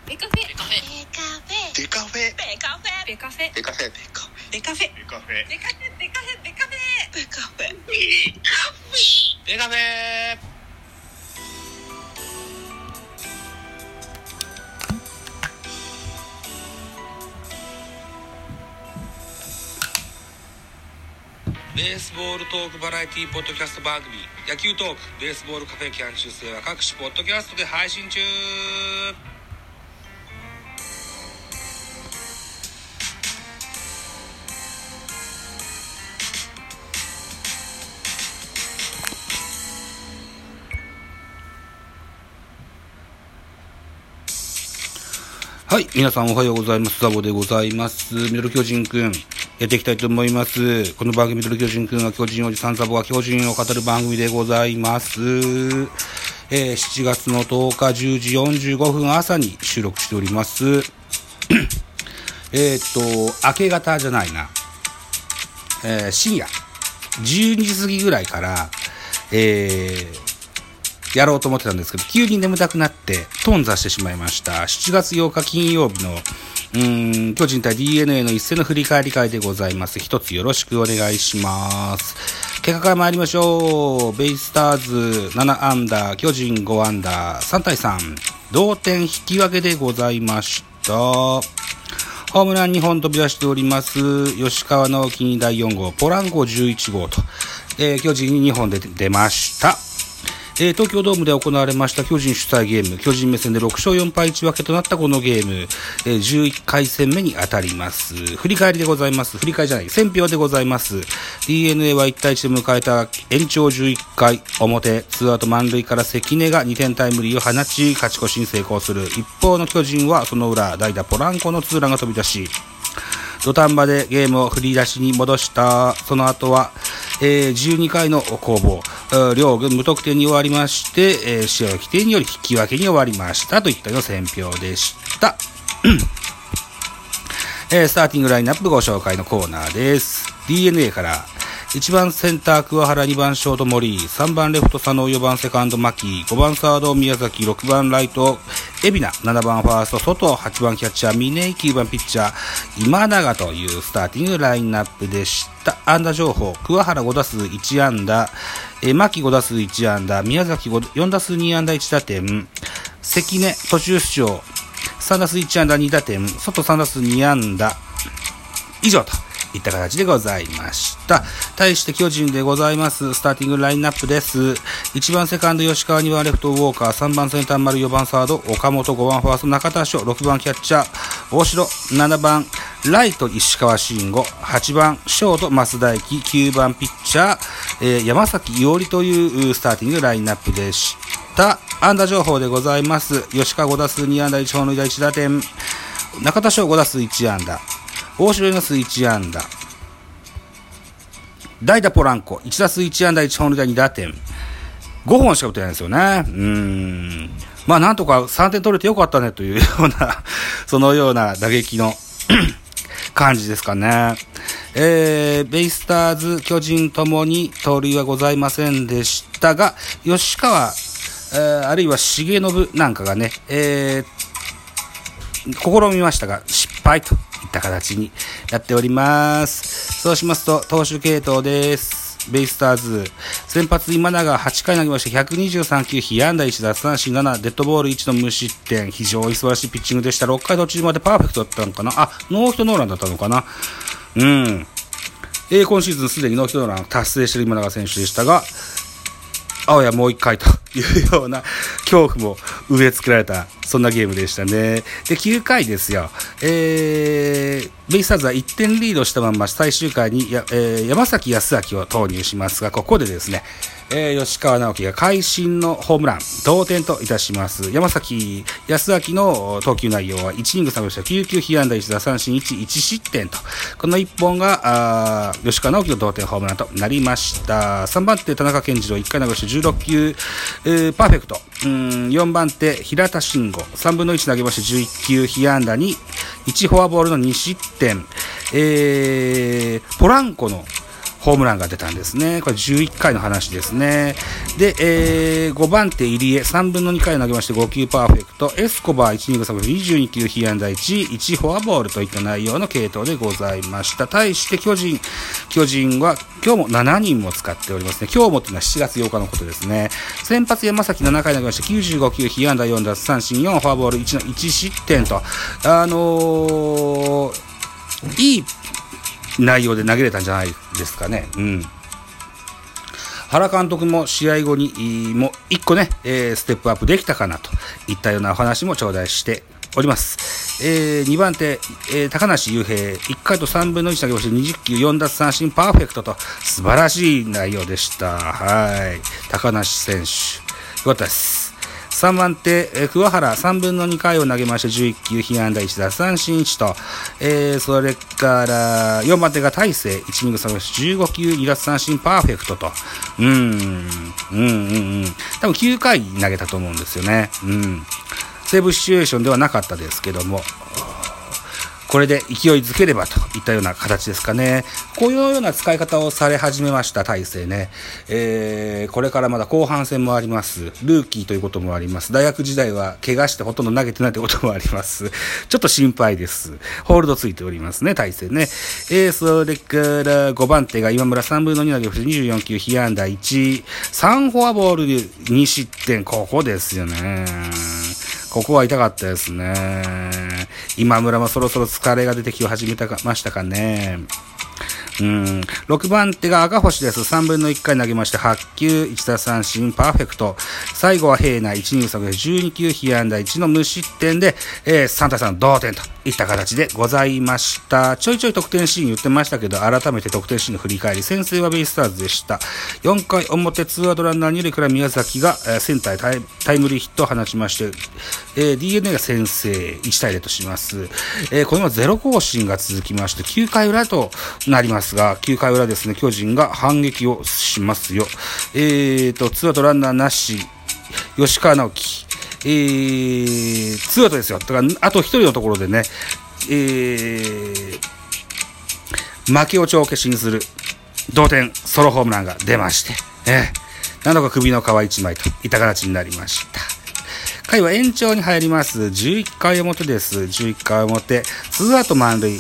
ベカフェベカフェベカフェベカフェベカフェベカフェベカフェベカフェベカフェベカフェベカフェベカフェベカフェベカフェベースボールトークバラエティポッドキャスト番組野球トークベースボールカフェキャン中世は各種ポッドキャストで配信中。はい、皆さんおはようございます。ザボでございます。ミドル巨人くんやっていきたいと思います。この番組ミドル巨人くんは巨人おじさんザボが巨人を語る番組でございます。7月の10日10時45分朝に収録しております。明け方じゃないな。深夜12時過ぎぐらいから、やろうと思ってたんですけど、急に眠たくなって頓挫してしまいました。7月8日金曜日の巨人対 DNA の一戦の振り返り会でございます。一つよろしくお願いします。結果から参りましょう。ベイスターズ7アンダー、巨人5アンダー、3対3、同点引き分けでございました。ホームラン2本飛び出しております。吉川直樹に第4号、ポランコ11号と、巨人に2本で出ました。東京ドームで行われました巨人主催ゲーム、巨人目線で6勝4敗1分けとなったこのゲーム、11回戦目に当たります。振り返りでございます。振り返りじゃない、選評でございます。DNA は1対1で迎えた延長11回表、2アウト満塁から関根が2点タイムリーを放ち、勝ち越しに成功する。一方の巨人はその裏、代打ポランコのツーランが飛び出し、土壇場でゲームを振り出しに戻した。その後は、12回の攻防、両軍無得点に終わりまして、試合規定により引き分けに終わりましたといったような選評でした。スターティングラインナップご紹介のコーナーです。 DNA から1番センター桑原、2番ショート森、3番レフト佐野、4番セカンド牧、5番サード宮崎、6番ライト海老名、7番ファースト外、8番キャッチャー峰井、9番ピッチャー今永というスターティングラインナップでした。安打情報、桑原5打数1安打、牧5打数1安打、宮崎4打数2安打1打点、関根途中出場3打数1安打2打点、外3打数2安打以上といった形でございました。対して巨人でございます。スターティングラインナップです。1番セカンド吉川、2番レフトウォーカー、3番センター丸、4番サード岡本、5番ファースト中田翔、6番キャッチャー大城、7番ライト石川慎吾、8番ショート増大輝、9番ピッチャー、山崎伊織というスターティングラインナップでした。安打情報でございます。吉川5打数2安打1本塁打1打点、中田翔5打数1安打、大城4打数1安打、代打ポランコ1打数1安打1本塁打2打点、5本しか打ってないんですよね。まあなんとか3点取れてよかったねというようなそのような打撃の感じですかね。ベイスターズ巨人ともに盗塁はございませんでしたが、吉川、あるいは重信なんかがね、試みましたが失敗といった形になっております。そうしますと投手系統です。ベイスターズ先発今永8回投げまして123球、被安打1、奪三振7、デッドボール1の無失点、非常に素晴らしいピッチングでした。6回途中までパーフェクトだったのかな、ノーヒットノーランだったのかな。今シーズンすでにノーヒットノーラン達成している今永選手でしたが、あわやもう1回というような恐怖も植え付けられた、そんなゲームでしたね。で9回ですよ、ベイスターズは1点リードしたまま最終回に山崎康晃を投入しますが、ここでですね、吉川直樹が会心のホームラン同点といたします。山崎康晃の投球内容は1イニング3した9球、被安打1、奪三振1、1失点と、この1本が吉川直樹の同点ホームランとなりました。3番手田中健次郎1回投げして16球、パーフェクト。4番手平田慎吾3分の1投げまして11球、被安打2、1フォアボールの2失点。ポランコのホームランが出たんですね。これ11回の話ですね。で、5番手入江3分の2回投げまして5球パーフェクト。エスコバー1イニング3分22球被安打1フォアボールといった内容の継投でございました。対して巨人は今日も7人も使っておりますね。今日もというのは7月8日のことですね。先発山崎7回投げまして95球被安打4奪三振4フォアボール1の1失点と、いい内容で投げれたんじゃないですかね。原監督も試合後にもう1個ね、ステップアップできたかなといったようなお話も頂戴しております。2番手、高梨雄平1回と3分の1投げまして20球4奪三振パーフェクトと素晴らしい内容でした。はい、高梨選手よかったです。3番手、桑原3分の2回を投げまして11球被安打1奪三振1と、それから4番手が大勢1イニング3分15球2奪三振パーフェクトと多分9回投げたと思うんですよね。セーブシチュエーションではなかったですけども、これで勢いづければといったような形ですかね。こういうような使い方をされ始めました大勢ね。これからまだ後半戦もあります。ルーキーということもあります。大学時代は怪我してほとんど投げてないということもあります。ちょっと心配です。ホールドついておりますね、大勢ね。それから5番手が今村3分の2投げまして24球被安打1、3フォアボール2失点、ここですよね。ここは痛かったですね。今村もそろそろ疲れが出てき始めましたかね。6番手が赤星です。3分の1回投げまして8球1打三振パーフェクト。最後は平内1イニング差で12球被安打1の無失点で、3対3同点といった形でございました。ちょいちょい得点シーン言ってましたけど、改めて得点シーンの振り返り。先制はベイスターズでした。4回表2アウトランナー2塁から宮崎がセンターへタイムリーヒットを放ちまして、DNA が先制1対0とします。このままゼロ更新が続きまして9回裏となりますが、9回裏ですね、巨人が反撃をしますよ。2アウトランナーなし、吉川直樹、2アウトですよ。だからあと1人のところでね、負けを帳消しにする同点ソロホームランが出まして、なんとか首の皮一枚といった形になりました。回は延長に入ります。11回表です。11回表、2アウト満塁、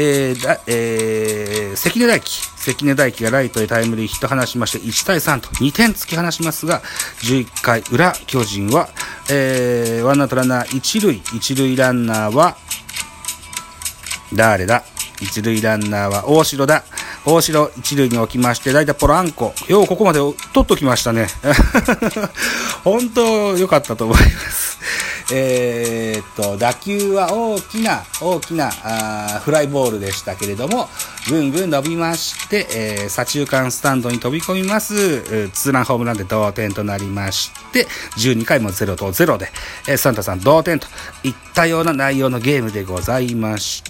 関根大輝がライトへタイムリーヒット放しまして1対3と2点突き放しますが、11回裏巨人は、ワンアウトランナー一塁ランナーは誰だ。一塁ランナーは大城だ。大城一塁に置きまして、代打ポランコ、ようここまで取っときましたね。本当良かったと思います。打球は大きなフライボールでしたけれども、ぐんぐん伸びまして、左中間スタンドに飛び込みます。ツーランホームランで同点となりまして、12回も0と0で、3対3同点といったような内容のゲームでございました。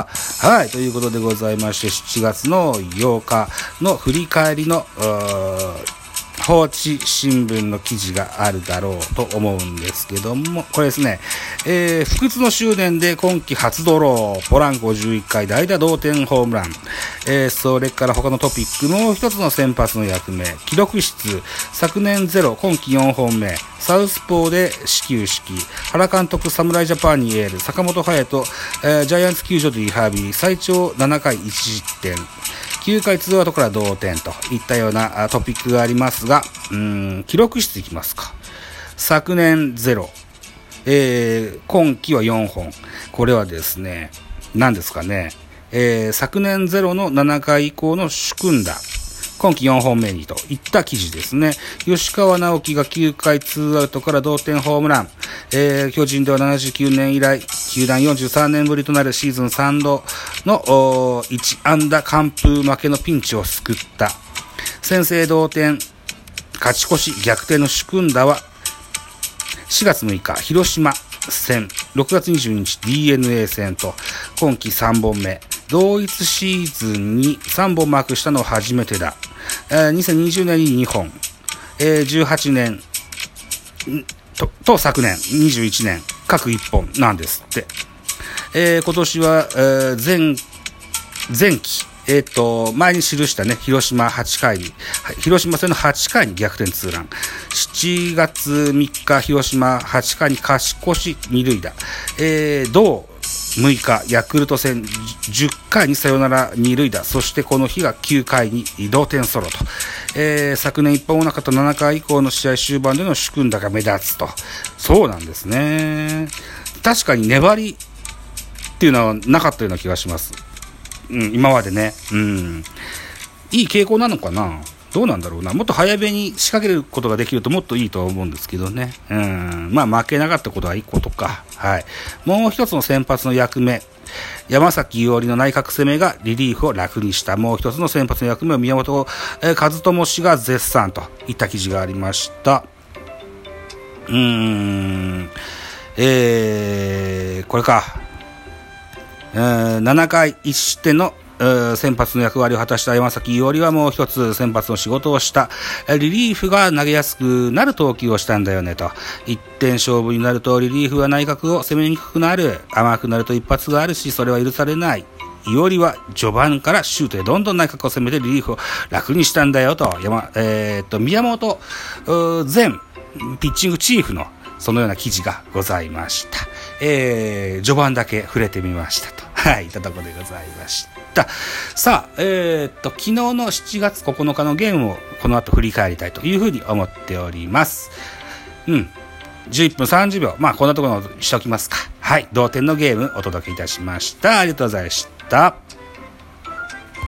はい、ということでございまして、7月の8日の振り返りの放置新聞の記事があるだろうと思うんですけども、これですね、不屈の執念で今季初ドロー、ポランコ11回代打同点ホームラン、それから他のトピック、もう一つの先発の役目、記録室、昨年0、今季4本目、サウスポーで始球式、原監督侍ジャパンにエール、坂本勇人、ジャイアンツ球場でリハビリ、最長7回1失点、9回2アウトから同点といったようなトピックがありますが、記録室いきますか。昨年0、今季は4本。これはですね、何ですかね、昨年0の7回以降の主君打、今季4本目にといった記事ですね。吉川直樹が9回2アウトから同点ホームラン、巨人では79年以来球団43年ぶりとなるシーズン3度の1安打完封負けのピンチを救った先制同点勝ち越し逆転の主君打は4月6日広島戦、6月22日 DNA 戦と今季3本目、同一シーズンに3本マークしたのは初めてだ。2020年に2本、18年と昨年21年各1本なんですって。今年は前期前に記したね、広島戦の8回に逆転ツーラン。7月3日、広島8回に勝ち越し2塁打。同6日、ヤクルト戦10回にサヨナラ2塁打。そしてこの日が9回に同点ソロと。昨年一本もなかった7回以降の試合終盤での主君打が目立つと。そうなんですね。確かに粘りっていうのはなかったような気がします。今までね。いい傾向なのかな。どうなんだろうな。もっと早めに仕掛けることができるともっといいとは思うんですけどね。負けなかったことはいいことか。はい。もう一つの先発の役目。山崎伊織の内角攻めがリリーフを楽にした。もう一つの先発の役目を宮本和智氏が絶賛といった記事がありました。これか。7回1失点の先発の役割を果たした山崎伊織はもう一つ先発の仕事をした。リリーフが投げやすくなる投球をしたんだよねと。1点勝負になるとリリーフは内角を攻めにくくなる。甘くなると一発があるし、それは許されない。伊織は序盤からシュートでどんどん内角を攻めてリリーフを楽にしたんだよと。宮本前ピッチングチーフのそのような記事がございました。序盤だけ触れてみましたと。はい、いたところでございました。さあ、昨日の7月9日のゲームをこの後振り返りたいというふうに思っております。11分30秒。こんなところにしときますか。はい、同点のゲームお届けいたしました。ありがとうございました。